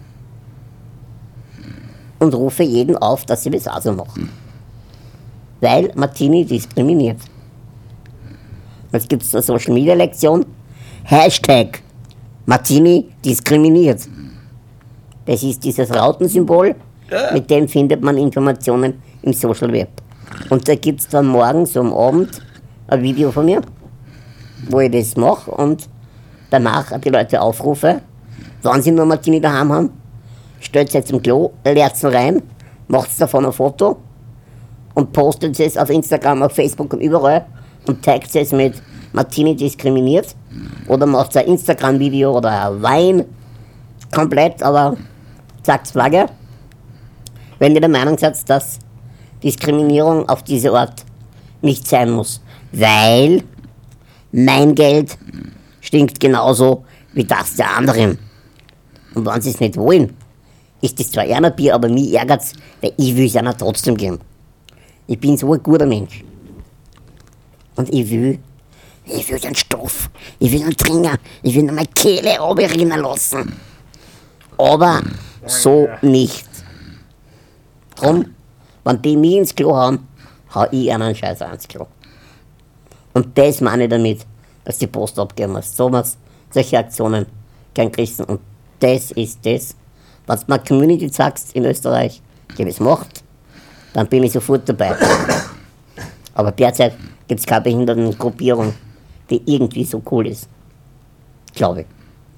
Und rufe jeden auf, dass sie das auch so machen. Weil Martini diskriminiert. Jetzt gibt es eine Social Media Lektion. Hashtag Martini diskriminiert. Das ist dieses Rautensymbol, mit dem findet man Informationen im Social Web. Und da gibt es dann morgens am Abend ein Video von mir, wo ich das mache und danach die Leute aufrufe, wenn sie nur Martini daheim haben, stellt es jetzt im Klo, leert es rein, macht davon ein Foto und postet es auf Instagram, auf Facebook und überall und taggt es mit Martini diskriminiert oder macht ein Instagram-Video oder ein Wein, komplett, aber sagt Flagge. Wenn ihr der Meinung seid, dass Diskriminierung auf diese Art nicht sein muss, weil mein Geld stinkt genauso wie das der anderen. Und wenn sie es nicht wollen, ist das zwar einer Bier, aber mich ärgert's, weil ich will es einer trotzdem geben. Ich bin so ein guter Mensch. Und ich will den Stoff, ich will den Tringer, ich will meine Kehle runterrinnen lassen. Aber so nicht. Drum, wenn die mich ins Klo hauen, hau ich einen Scheiß ins Klo. Und das meine ich damit, dass die Post abgeben muss. Solche Aktionen kein Christen. Und das ist das, wenn du mal Community sagst in Österreich, die das macht, dann bin ich sofort dabei. Aber derzeit gibt es keine Behindertengruppierung, die irgendwie so cool ist. Glaube ich.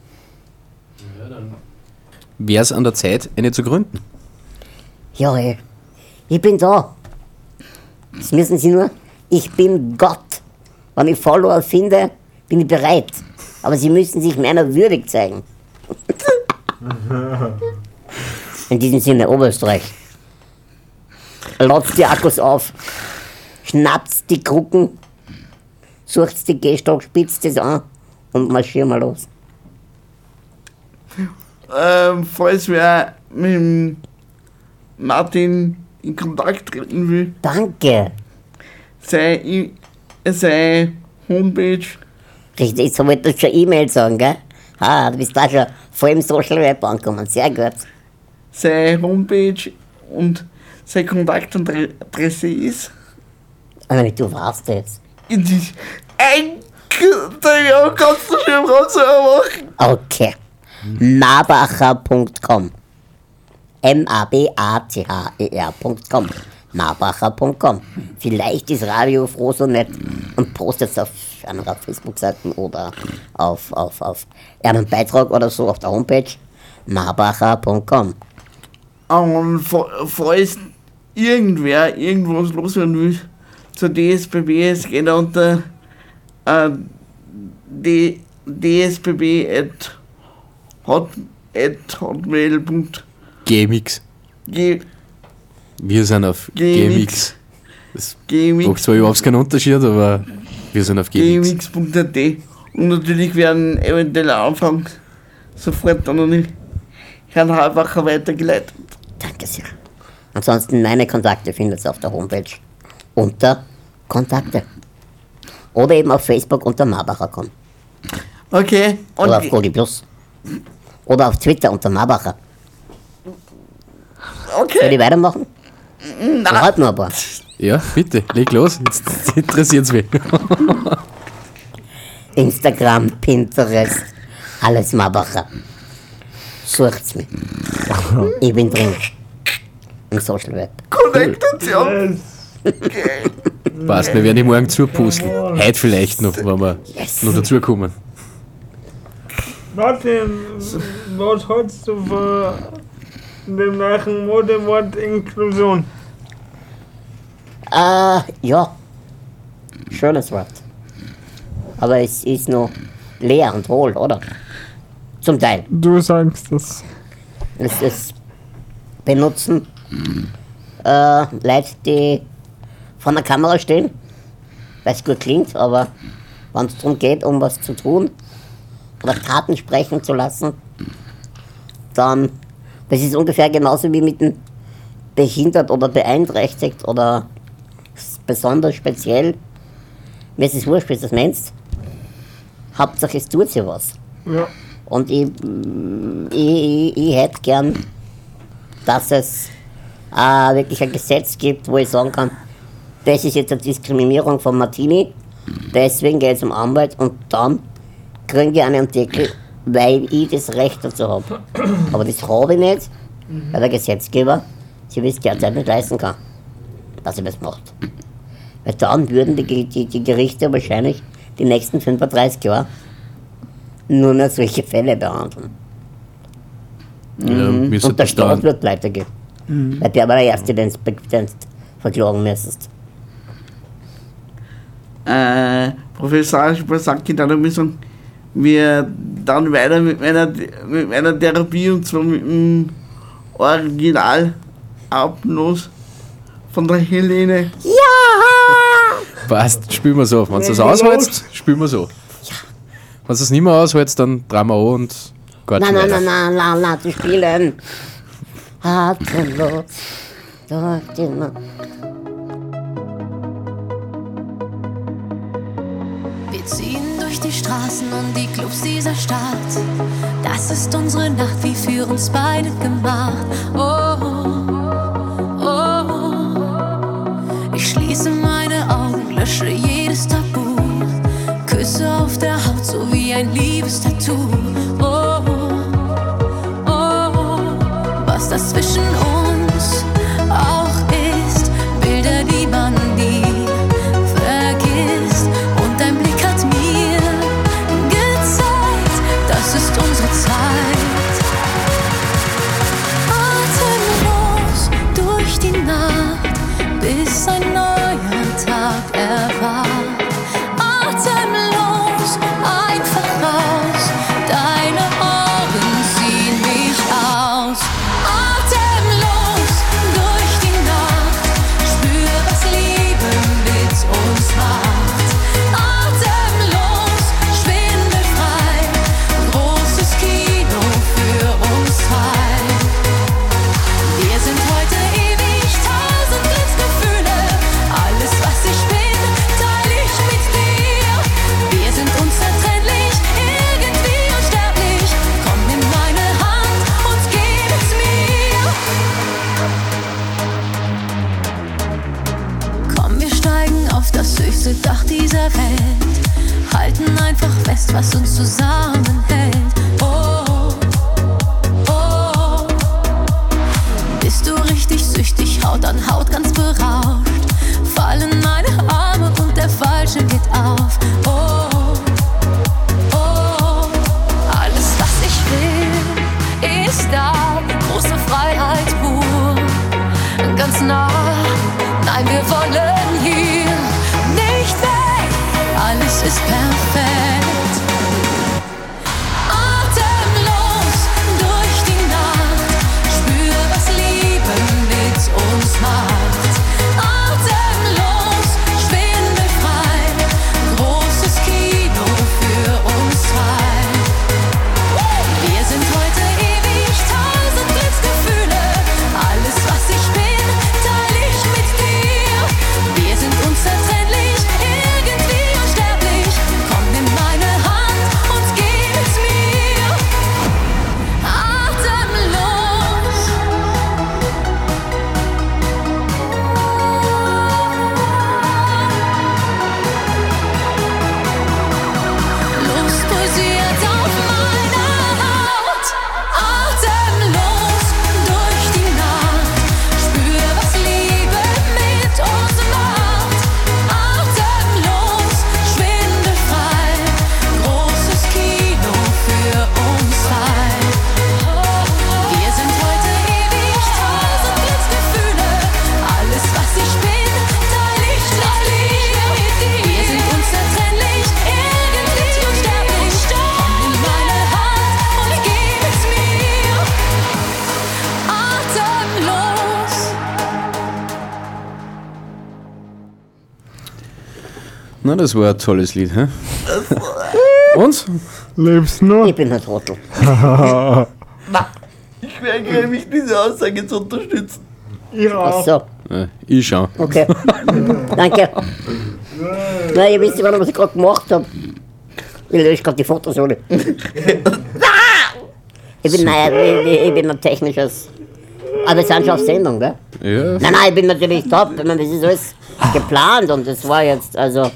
Wäre es an der Zeit, eine zu gründen? Ja, ey, ich bin da. Das müssen Sie nur. Ich bin Gott. Wenn ich Follower finde, bin ich bereit. Aber Sie müssen sich meiner würdig zeigen. In diesem Sinne, Oberösterreich. Ladet die Akkus auf. Schnappt die Krucken. Sucht die Gehstock, spitzt es an und marschieren wir los. Falls wer mit dem Martin in Kontakt treten will, Danke. sei Homepage, Richtig, so wollte ich schon E-Mail sagen, gell? Ah, du bist da schon voll im Social Web angekommen, sehr gut. seine Homepage und seine Kontaktadresse ist. Aber du warst jetzt. In die ja, kannst du schon rausmachen. Okay. Marbacher.com. MABACHER.com. Marbacher.com. Vielleicht ist Radio Froh so nett und postet es auf einer Facebook-Seite oder auf einem Beitrag oder so auf der Homepage. Marbacher.com. Und falls irgendwer irgendwas loswerden will zur DSBB, es geht unter dsbb@hotmail.com. GMX. Wir sind auf GMX. Das GMX. macht zwar überhaupt keinen Unterschied, aber wir sind auf GMX. gmx.at. Und natürlich werden eventuell Anfang sofort dann an den Herrn Halbacher weitergeleitet. Danke sehr. Ansonsten meine Kontakte findet ihr auf der Homepage unter Kontakte. Oder eben auf Facebook unter Marbacher.com. Okay. Und Oder auf Google Plus. Oder auf Twitter unter Marbacher. Soll okay. ich weitermachen? Ich halt nur ein paar. Ja, bitte, leg los. Jetzt interessiert's mich. Instagram, Pinterest, alles Marbacher. Sucht's mich. Ich bin drin. Im Social Web. Konnektation. Passt, wir werden die morgen zupusteln. Heute vielleicht noch, wenn wir noch dazukommen. Martin, was hältst du von dem neuen Modewort Inklusion? Ja. Schönes Wort. Aber es ist noch leer und hohl, oder? Zum Teil. Du sagst es. Es ist benutzen Leute, die vor der Kamera stehen, weil es gut klingt, aber wenn es darum geht, um was zu tun oder Taten sprechen zu lassen, dann, das ist ungefähr genauso wie mit dem behindert oder beeinträchtigt oder besonders speziell. Mir ist es wurscht, wie du das nennst. Hauptsache es tut sich was. Ja. Und ich hätte gern, dass es wirklich ein Gesetz gibt, wo ich sagen kann, das ist jetzt eine Diskriminierung von Martini, deswegen geht es um Anwalt und dann kriegen die einen Deckel, weil ich das Recht dazu habe. Aber das habe ich nicht, weil der Gesetzgeber sich das derzeit nicht leisten kann, dass er das macht. Weil dann würden die Gerichte wahrscheinlich die nächsten 35 Jahre nur mehr solche Fälle behandeln. Und der Staat wird pleite gehen. Weil der war der Erste, den du verklagen müsstest. Professor Aschbar sagt, da müssen wir dann weiter mit meiner Therapie, und zwar mit dem Original-Abnos von der Helene. Passt, spielen wir so. Wenn du es aushältst, spielen wir so. Ja. Wenn du es nicht mehr aushältst, dann drehen wir an und quatschen weiter. Nein, zu spielen. Atemlos durch die Nacht. Wir ziehen durch die Straßen und die Clubs dieser Stadt. Das ist unsere Nacht, wie für uns beide gemacht. Oh, oh, oh. Ich schließe meine Augen, lösche jedes Tabu. Küsse auf der Haut, so wie ein Liebestattoo. Oh, oh, oh. Was das zwischen uns auch ist, Bilder, die man nie vergisst. Und dein Blick hat mir gezeigt, das ist unsere Zeit. Atemlos durch die Nacht, bis ein neuer Tag erwacht. Atemlos, einfach raus, deine Augen ziehen mich aus. Atemlos durch die Nacht, spür, was Liebe mit uns macht. Atemlos, schwindelfrei, großes Kino für uns zwei. Wir sind heute ewig, 1000 Glücksgefühle. Alles, was ich bin, teile ich mit dir. Wir sind unzertrennlich, irgendwie unsterblich. Komm, nimm meine Hand und gib es mir. Komm, wir steigen auf das höchste Dach dieser Welt. Halten einfach fest, was uns zusammenhält. Oh, oh. Bist du richtig süchtig, Haut an Haut, ganz berauscht. Fallen meine Arme und der Fallschirm geht auf. Oh, oh. Alles, was ich will, ist da. Große Freiheit pur, ganz nah. Nein, wir wollen hier nicht weg. Alles ist perfekt. Atemlos durch die Nacht, spür, was Liebe mit uns macht. Atemlos, schwindelfrei, großes Kino für uns zwei. Wir sind heute ewig, 1000 Glücksgefühle. Alles, was ich bin, teile ich mit dir. Wir sind unzertrennlich, irgendwie unsterblich. Komm, nimm meine Hand und gib es mir. Atemlos. Lust pulsiert auf meiner Haut. Atemlos durch die Nacht, spür, was Liebe mit uns macht. Atemlos, schwindelfrei, großes Kino für uns zwei. Wir sind heute ewig, 1000 Glücksgefühle. Alles, was ich bin, teile ich mit dir. Wir sind unzertrennlich, irgendwie unsterblich. Komm, nimm meine Hand und gib es mir. Atemlos. Na, das war ein tolles Lied, hä? Und? Lebst noch? Ich bin ein Trottel. Ich weigere mich, diese Aussage zu unterstützen. Ja. Ach so, Ich schau. okay. Danke. Nein, ihr wisst ja, was ich gerade gemacht habe. Ich lösche gerade die Fotos alle. Ich bin ein technisches. Aber wir sind schon auf Sendung, gell? Ja. Nein, ich bin natürlich top. Ich meine, das ist alles geplant und das war jetzt, also.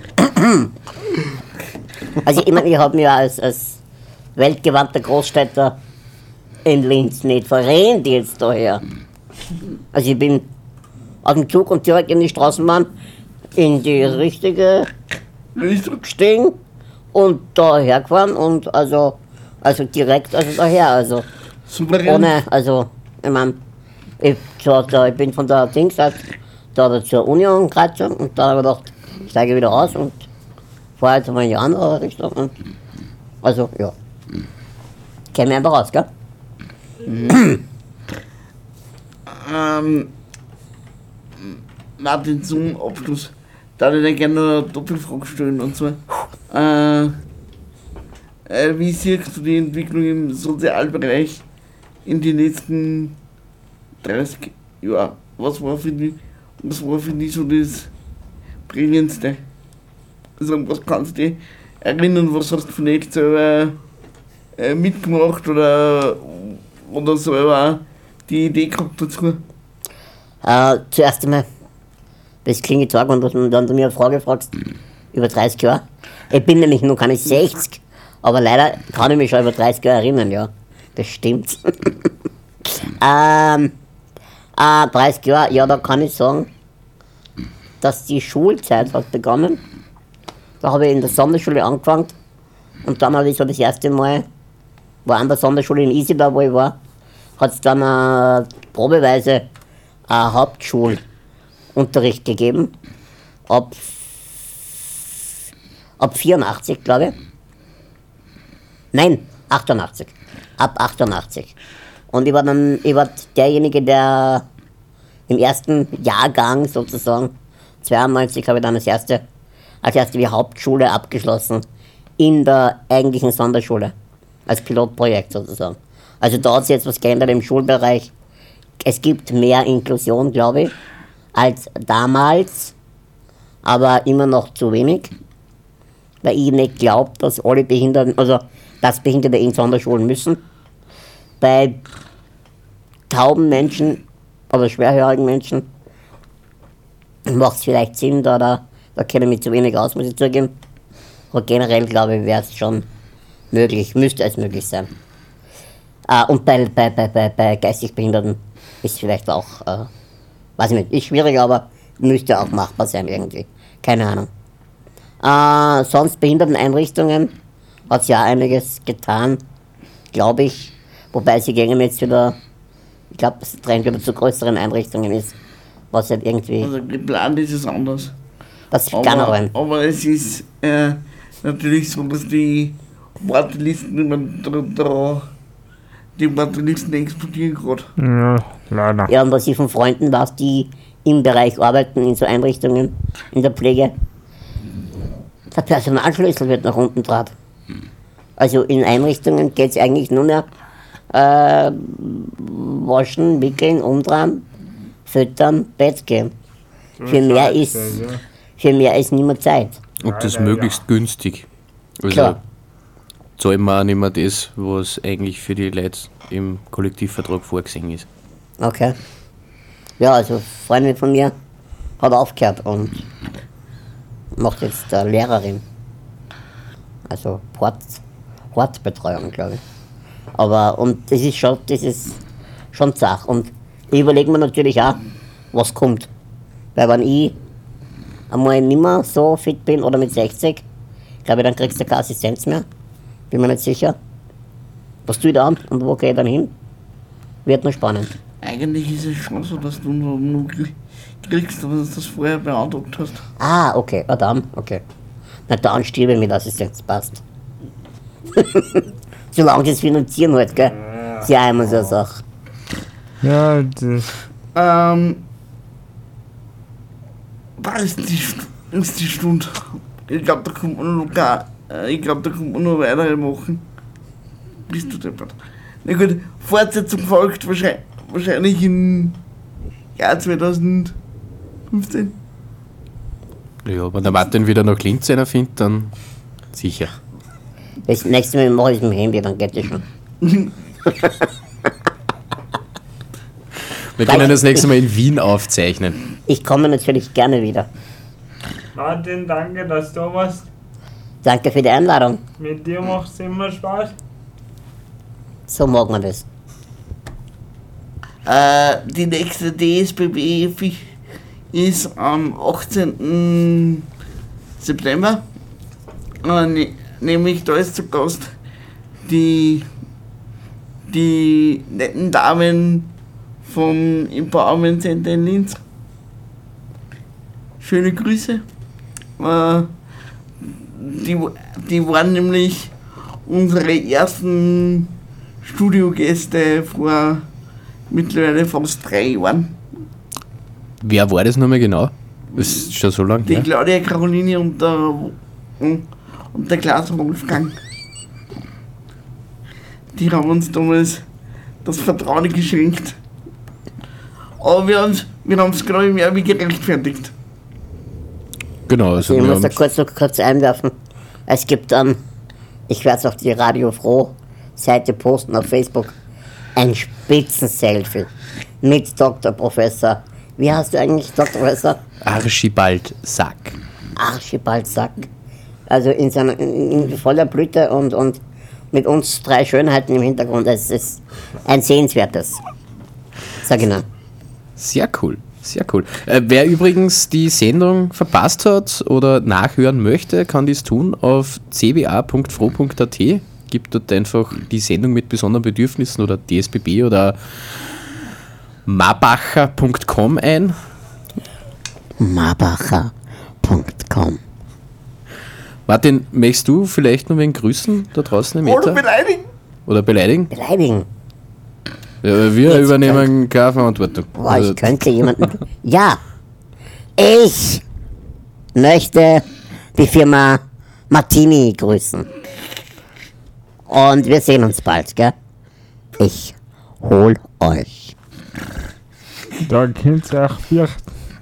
Also, ich meine, ich habe mich als weltgewandter Großstädter in Linz nicht verrennt jetzt daher. Also, ich bin aus dem Zug und direkt in die Straßenbahn in die richtige Richtung gestiegen und da hergefahren und also direkt daher, also Souverän. ohne, also ich meine, ich bin von der Dingsseite da zur Union-Kreuzung und da habe ich gedacht, ich steige wieder aus und fahre jetzt mal in die andere Richtung und also ja, käme einfach raus, gell? Martin, zum Abschluss darf ich dir gerne noch eine Doppelfrage stellen und zwar wie siehst du die Entwicklung im Sozialbereich in den letzten 30 Jahren? Was war für dich so das Prägendste? Also was kannst du dich erinnern, was hast du vielleicht selber mitgemacht oder selber die Idee gehabt dazu? Zuerst einmal, das klingt jetzt arg, wenn du mir eine Frage fragst, über 30 Jahre. Ich bin nämlich noch keine 60, aber leider kann ich mich schon über 30 Jahre erinnern, ja. Das stimmt. 30 Jahre, ja, da kann ich sagen, dass die Schulzeit hat begonnen. Da habe ich in der Sonderschule angefangen und dann habe ich so das erste Mal, war an der Sonderschule in Isidau, wo ich war, hat es dann probeweise Hauptschulunterricht gegeben, ab 84, glaube ich. Nein, 88. Ab 88. Und ich war derjenige, der im ersten Jahrgang sozusagen, 92 habe ich dann als erste die Hauptschule abgeschlossen, in der eigentlichen Sonderschule, als Pilotprojekt sozusagen. Also da hat sich jetzt was geändert im Schulbereich. Es gibt mehr Inklusion, glaube ich, als damals, aber immer noch zu wenig, weil ich nicht glaube, dass alle Behinderten, also dass Behinderte in Sonderschulen müssen. Bei tauben Menschen oder schwerhörigen Menschen macht es vielleicht Sinn, da kenne ich mich zu wenig aus, muss ich zugeben. Aber generell glaube ich, wäre es schon möglich, müsste es möglich sein. Und bei geistig Behinderten ist vielleicht auch, weiß ich nicht, ist schwierig, aber müsste auch machbar sein irgendwie. Keine Ahnung. Sonst Behinderteneinrichtungen hat es ja einiges getan, glaube ich. Wobei sie gehen jetzt wieder, ich glaube, das Trend wieder zu größeren Einrichtungen ist, was halt irgendwie. Also geplant ist es anders. Das ist gar noch rein. Aber es ist natürlich so, dass die Wartelisten die Wartelisten explodieren gerade. Ja, leider. Ja, und was ich von Freunden weiß, die im Bereich arbeiten, in so Einrichtungen, in der Pflege, der Personalschlüssel wird nach unten draht. Also in Einrichtungen geht es eigentlich nur mehr waschen, wickeln, umdrehen, füttern, Bett gehen. Für mehr ist nicht mehr Zeit. Und das möglichst günstig. Also Klar. zahlen wir auch nicht mehr das, was eigentlich für die Leute im Kollektivvertrag vorgesehen ist. Okay. Ja, also eine Freundin von mir hat aufgehört und macht jetzt Lehrerin. Also Hortbetreuung, glaube ich. Aber und das ist schon zach. Und ich überlege mir natürlich auch, was kommt. Weil wenn ich einmal nicht mehr so fit bin oder mit 60, glaube ich, dann kriegst du keine Assistenz mehr. Bin mir nicht sicher. Was tue ich da an und wo gehe ich dann hin? Wird noch spannend. Eigentlich ist es schon so, dass du noch kriegst, aber dass du das vorher beantragt hast. Ah, okay, dann, okay. Na dann stirbe ich mit Assistenz, passt. Solange sie es finanzieren halt, gell? Ist ja immer so eine Sache. Ja, das. Was ist die Stunde? Ich glaube, da kommt man noch weitere machen. Bist du deppert? Na gut, Fortsetzung folgt wahrscheinlich im Jahr 2015. Ja, wenn der Martin wieder nach Linz einer findet, dann sicher. Das nächste Mal mache ich es mit dem Handy, dann geht das schon. Wir können das nächste Mal in Wien aufzeichnen. Ich komme natürlich gerne wieder. Martin, danke, dass du warst. Danke für die Einladung. Mit dir macht es immer Spaß. So mag man das. Die nächste DSBB ist am 18. September. Nämlich da ist zu Gast die netten Damen vom Empowerment Center in Linz. Schöne Grüße. Die waren nämlich unsere ersten Studiogäste vor mittlerweile fast 3 Jahren. Wer war das nochmal genau? Das ist schon so lange Die her. Claudia Caroline und der Klaas Wolfgang. Die haben uns damals das Vertrauen geschenkt. Aber wir haben es gerade im Jahr wie gerechtfertigt. Genau, also Ich wir muss da haben kurz einwerfen. Es gibt ich werde es auf die Radio Froh Seite posten auf Facebook, ein Spitzen-Selfie mit Dr. Professor. Wie heißt du eigentlich, Dr. Professor? Archibald Sack. Archibald Sack. Also in voller Blüte und mit uns 3 Schönheiten im Hintergrund. Es ist ein sehenswertes. Sag ich nur. Sehr cool, sehr cool. Wer übrigens die Sendung verpasst hat oder nachhören möchte, kann dies tun auf cba.fro.at. Gibt dort einfach die Sendung mit besonderen Bedürfnissen oder DSBB oder mabacher.com ein. Mabacher.com. Martin, möchtest du vielleicht noch wen grüßen da draußen im Oder Äther? beleidigen. Oder beleidigen? Beleidigen. Ja, wir Jetzt übernehmen keine Verantwortung. Boah, Also, ich könnte jemanden. Ja! Ich möchte die Firma Martini grüßen. Und wir sehen uns bald, gell? Ich hol euch. Da könnt ihr auch fürchten.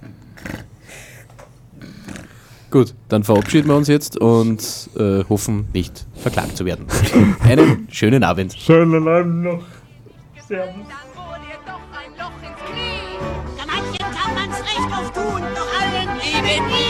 gut, dann verabschieden wir uns jetzt und hoffen, nicht verklagt zu werden. Einen schönen Abend. Schönen Abend noch. Servus. Dann wurde ihr doch ein Loch ins Knie. Ja, manchen kann man's recht oft tun, doch allen eben nie.